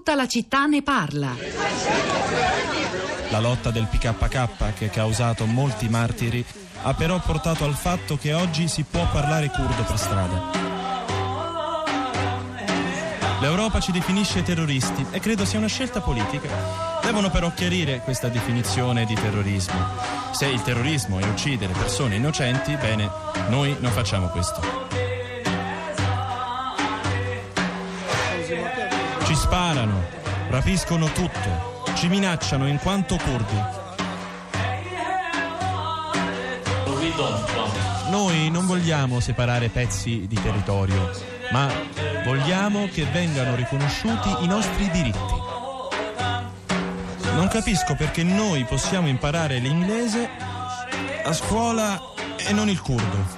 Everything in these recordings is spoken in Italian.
Tutta la città ne parla. La lotta del PKK, che ha causato molti martiri, ha però portato al fatto che oggi si può parlare curdo per strada. L'Europa ci definisce terroristi e credo sia una scelta politica. Devono però chiarire questa definizione di terrorismo. Se il terrorismo è uccidere persone innocenti, bene, noi non facciamo questo. Ci sparano, rapiscono tutto, ci minacciano in quanto curdi. Noi non vogliamo separare pezzi di territorio, ma vogliamo che vengano riconosciuti i nostri diritti. Non capisco perché noi possiamo imparare l'inglese a scuola e non il curdo.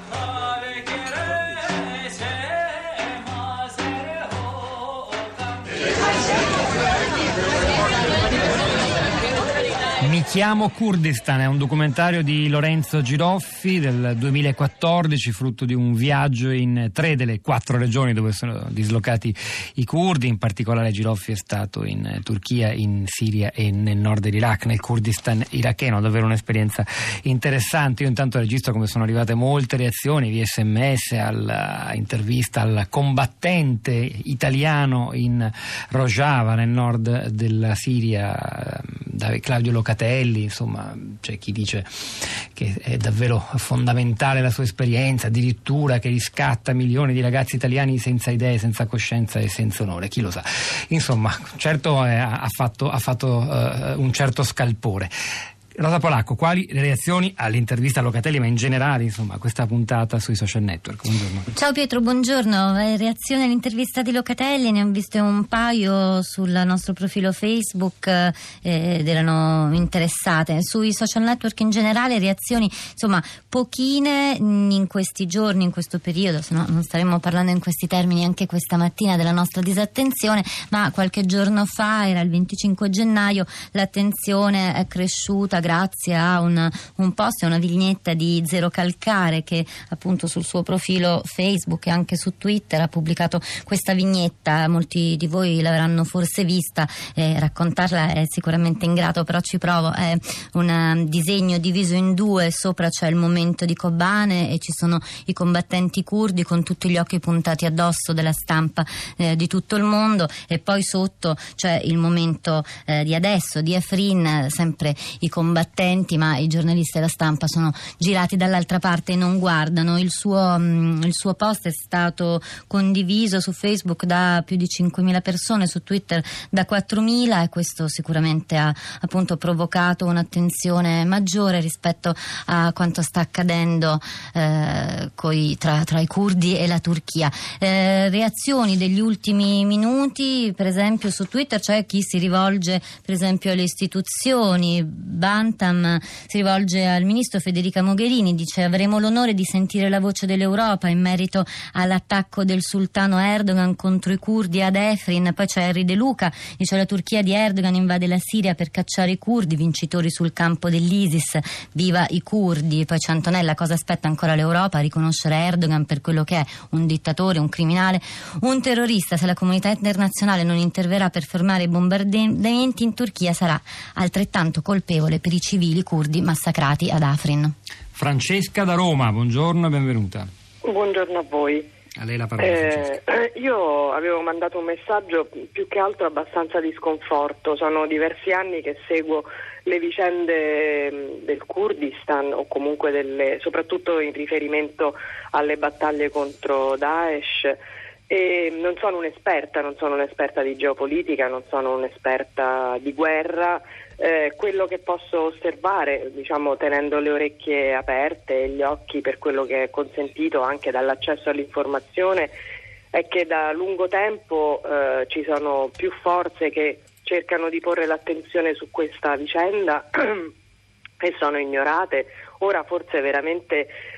Mi chiamo Kurdistan è un documentario di Lorenzo Giroffi del 2014, frutto di un viaggio in 3 delle 4 regioni dove sono dislocati i curdi. In particolare Giroffi è stato in Turchia, in Siria e nel nord dell'Iraq, nel Kurdistan iracheno. Davvero un'esperienza interessante. Io intanto registro come sono arrivate molte reazioni via SMS all'intervista al combattente italiano in Rojava, nel nord della Siria, da Claudio Locatelli. Insomma, c'è chi dice che è davvero fondamentale la sua esperienza, addirittura che riscatta milioni di ragazzi italiani senza idee, senza coscienza e senza onore, chi lo sa. Insomma, certo ha fatto un certo scalpore. Rosa Polacco, quali le reazioni all'intervista a Locatelli, ma in generale, insomma, a questa puntata sui social network? Buongiorno. Ciao Pietro, buongiorno. Reazioni all'intervista di Locatelli, ne ho viste un paio sul nostro profilo Facebook ed erano interessate. Sui social network in generale reazioni, insomma, pochine in questi giorni, in questo periodo, se no non staremmo parlando in questi termini anche questa mattina della nostra disattenzione, ma qualche giorno fa, era il 25 gennaio, l'attenzione è cresciuta grazie a un post e una vignetta di Zero Calcare, che appunto sul suo profilo Facebook e anche su Twitter ha pubblicato questa vignetta. Molti di voi l'avranno forse vista, raccontarla è sicuramente ingrato, però ci provo. È un disegno diviso in 2, sopra c'è il momento di Kobane e ci sono i combattenti curdi con tutti gli occhi puntati addosso della stampa di tutto il mondo, e poi sotto c'è il momento di adesso, di Afrin, sempre i combattenti, ma i giornalisti e la stampa sono girati dall'altra parte e non guardano. Il suo post è stato condiviso su Facebook da più di 5.000 persone, su Twitter da 4.000, e questo sicuramente ha appunto provocato un'attenzione maggiore rispetto a quanto sta accadendo tra i curdi e la Turchia. Reazioni degli ultimi minuti, per esempio su Twitter c'è chi si rivolge per esempio alle istituzioni. Bantam si rivolge al ministro Federica Mogherini, dice: avremo l'onore di sentire la voce dell'Europa in merito all'attacco del sultano Erdogan contro i curdi ad Afrin. Poi c'è Henry De Luca, dice: la Turchia di Erdogan invade la Siria per cacciare i curdi, vincitori sul campo dell'ISIS, viva i curdi. Poi c'è Antonella: cosa aspetta ancora l'Europa a riconoscere Erdogan per quello che è, un dittatore, un criminale, un terrorista? Se la comunità internazionale non interverrà per fermare i bombardamenti in Turchia sarà altrettanto colpevole per i civili curdi massacrati ad Afrin. Francesca da Roma, buongiorno e benvenuta. Buongiorno a voi. A lei la parola. Io avevo mandato un messaggio più che altro abbastanza di sconforto. Sono diversi anni che seguo le vicende del Kurdistan, o comunque soprattutto in riferimento alle battaglie contro Daesh. E non sono un'esperta di geopolitica, non sono un'esperta di guerra. Quello che posso osservare, diciamo, tenendo le orecchie aperte e gli occhi per quello che è consentito anche dall'accesso all'informazione, è che da lungo tempo ci sono più forze che cercano di porre l'attenzione su questa vicenda e sono ignorate. Ora forse veramente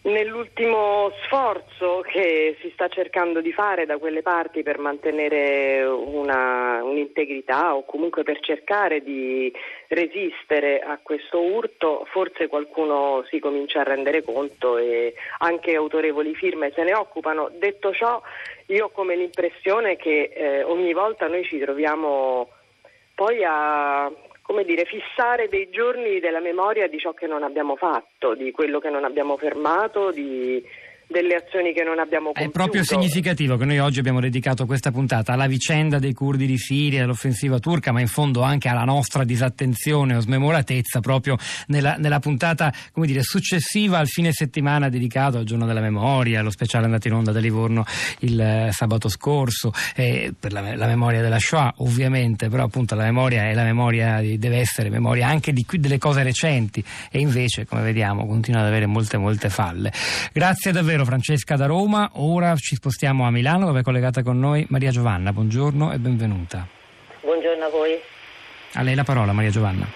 Nell'ultimo sforzo che si sta cercando di fare da quelle parti per mantenere un'integrità o comunque per cercare di resistere a questo urto, forse qualcuno si comincia a rendere conto e anche autorevoli firme se ne occupano. Detto ciò, io ho come l'impressione che ogni volta noi ci troviamo poi a fissare dei giorni della memoria di ciò che non abbiamo fatto, di quello che non abbiamo fermato, delle azioni che non abbiamo compiuto. È proprio significativo che noi oggi abbiamo dedicato questa puntata alla vicenda dei curdi di Siria, all'offensiva turca, ma in fondo anche alla nostra disattenzione o smemoratezza proprio nella puntata, successiva al fine settimana dedicato al Giorno della Memoria, allo speciale andato in onda da Livorno il sabato scorso, per la memoria della Shoah ovviamente, però appunto la memoria è la memoria, deve essere memoria anche delle cose recenti, e invece, come vediamo, continua ad avere molte falle. Grazie davvero Francesca da Roma. Ora ci spostiamo a Milano, dove è collegata con noi Maria Giovanna. Buongiorno e benvenuta. Buongiorno a voi. A lei la parola, Maria Giovanna.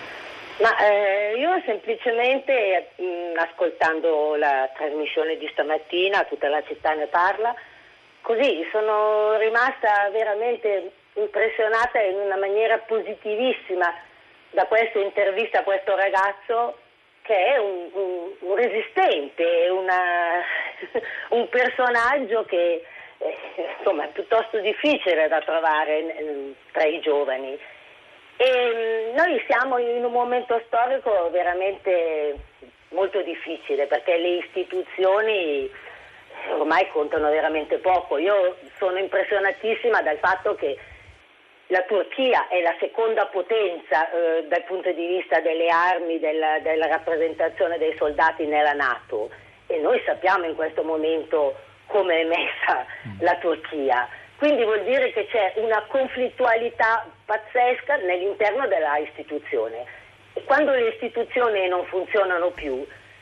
Io semplicemente, ascoltando la trasmissione di stamattina, tutta la città ne parla, così sono rimasta veramente impressionata in una maniera positivissima da questa intervista a questo ragazzo, che è un resistente, un personaggio che è piuttosto difficile da trovare tra i giovani. E noi siamo in un momento storico veramente molto difficile, perché le istituzioni ormai contano veramente poco. Io sono impressionatissima dal fatto che la Turchia è la seconda potenza dal punto di vista delle armi, della rappresentazione dei soldati nella NATO, e noi sappiamo in questo momento come è messa la Turchia. Quindi vuol dire che c'è una conflittualità pazzesca nell'interno della istituzione, e quando le istituzioni non funzionano più,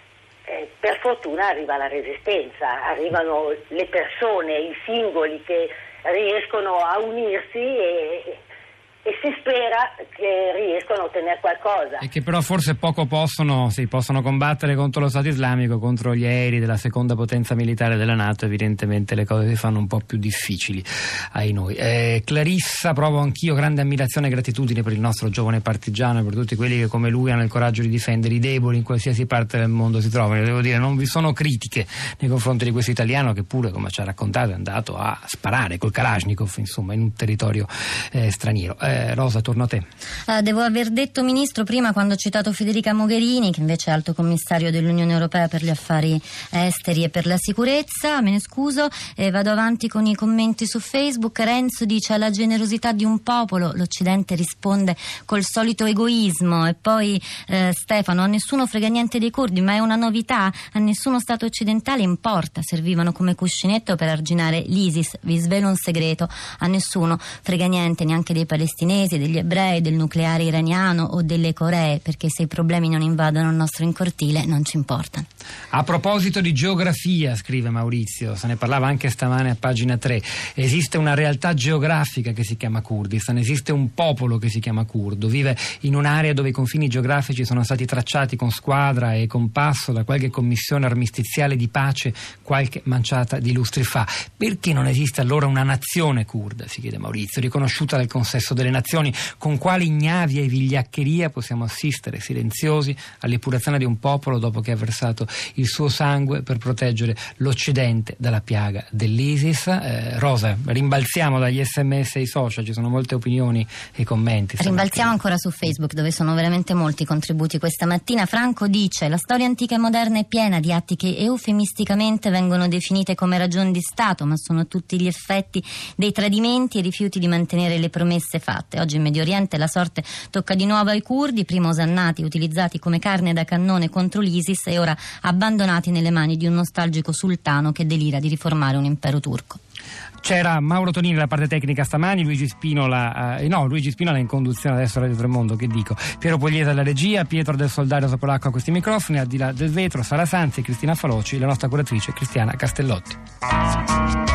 per fortuna arriva la resistenza, arrivano le persone, i singoli che riescono a unirsi e si spera che riescano a ottenere qualcosa. E che però forse poco possono combattere contro lo Stato islamico, contro gli aerei della seconda potenza militare della NATO. Evidentemente le cose si fanno un po' più difficili ai noi. Clarissa, provo anch'io grande ammirazione e gratitudine per il nostro giovane partigiano e per tutti quelli che come lui hanno il coraggio di difendere i deboli in qualsiasi parte del mondo si trovano. Devo dire, non vi sono critiche nei confronti di questo italiano che pure, come ci ha raccontato, è andato a sparare col Kalashnikov, insomma, in un territorio straniero. Rosa, torno a te. Devo aver detto, Ministro, prima quando ho citato Federica Mogherini, che invece è Alto Commissario dell'Unione Europea per gli affari esteri e per la sicurezza, me ne scuso, vado avanti con i commenti su Facebook. Renzo dice: alla generosità di un popolo l'Occidente risponde col solito egoismo. E poi Stefano: a nessuno frega niente dei curdi, ma è una novità, a nessuno Stato occidentale importa, servivano come cuscinetto per arginare l'ISIS. Vi svelo un segreto: a nessuno frega niente neanche dei palestinesi, degli ebrei, del nucleare iraniano o delle Coree, perché se i problemi non invadono il nostro cortile non ci importano. A proposito di geografia, scrive Maurizio, se ne parlava anche stamane a pagina 3, esiste una realtà geografica che si chiama Kurdistan, esiste un popolo che si chiama curdo, vive in un'area dove i confini geografici sono stati tracciati con squadra e compasso da qualche commissione armistiziale di pace qualche manciata di lustri fa. Perché non esiste allora una nazione curda, si chiede Maurizio, riconosciuta dal consesso delle nazioni? Con quale ignavia e vigliaccheria possiamo assistere silenziosi all'epurazione di un popolo dopo che ha versato il suo sangue per proteggere l'Occidente dalla piaga dell'ISIS? Rosa, rimbalziamo dagli SMS ai social, ci sono molte opinioni e commenti. Rimbalziamo ancora su Facebook, dove sono veramente molti contributi questa mattina. Franco dice: la storia antica e moderna è piena di atti che eufemisticamente vengono definite come ragioni di Stato, ma sono tutti gli effetti dei tradimenti e rifiuti di mantenere le promesse fatte. Oggi in Medio Oriente la sorte tocca di nuovo ai curdi, prima osannati, utilizzati come carne da cannone contro l'ISIS e ora abbandonati nelle mani di un nostalgico sultano che delira di riformare un impero turco. C'era Mauro Tonini alla parte tecnica stamani, Luigi Spinola in conduzione adesso a Radio Tremondo, che dico, Piero Pugliese alla regia, Pietro del Soldario Sopolacco a questi microfoni, al di là del vetro Sara Sanzi e Cristina Faloci, la nostra curatrice Cristiana Castellotti.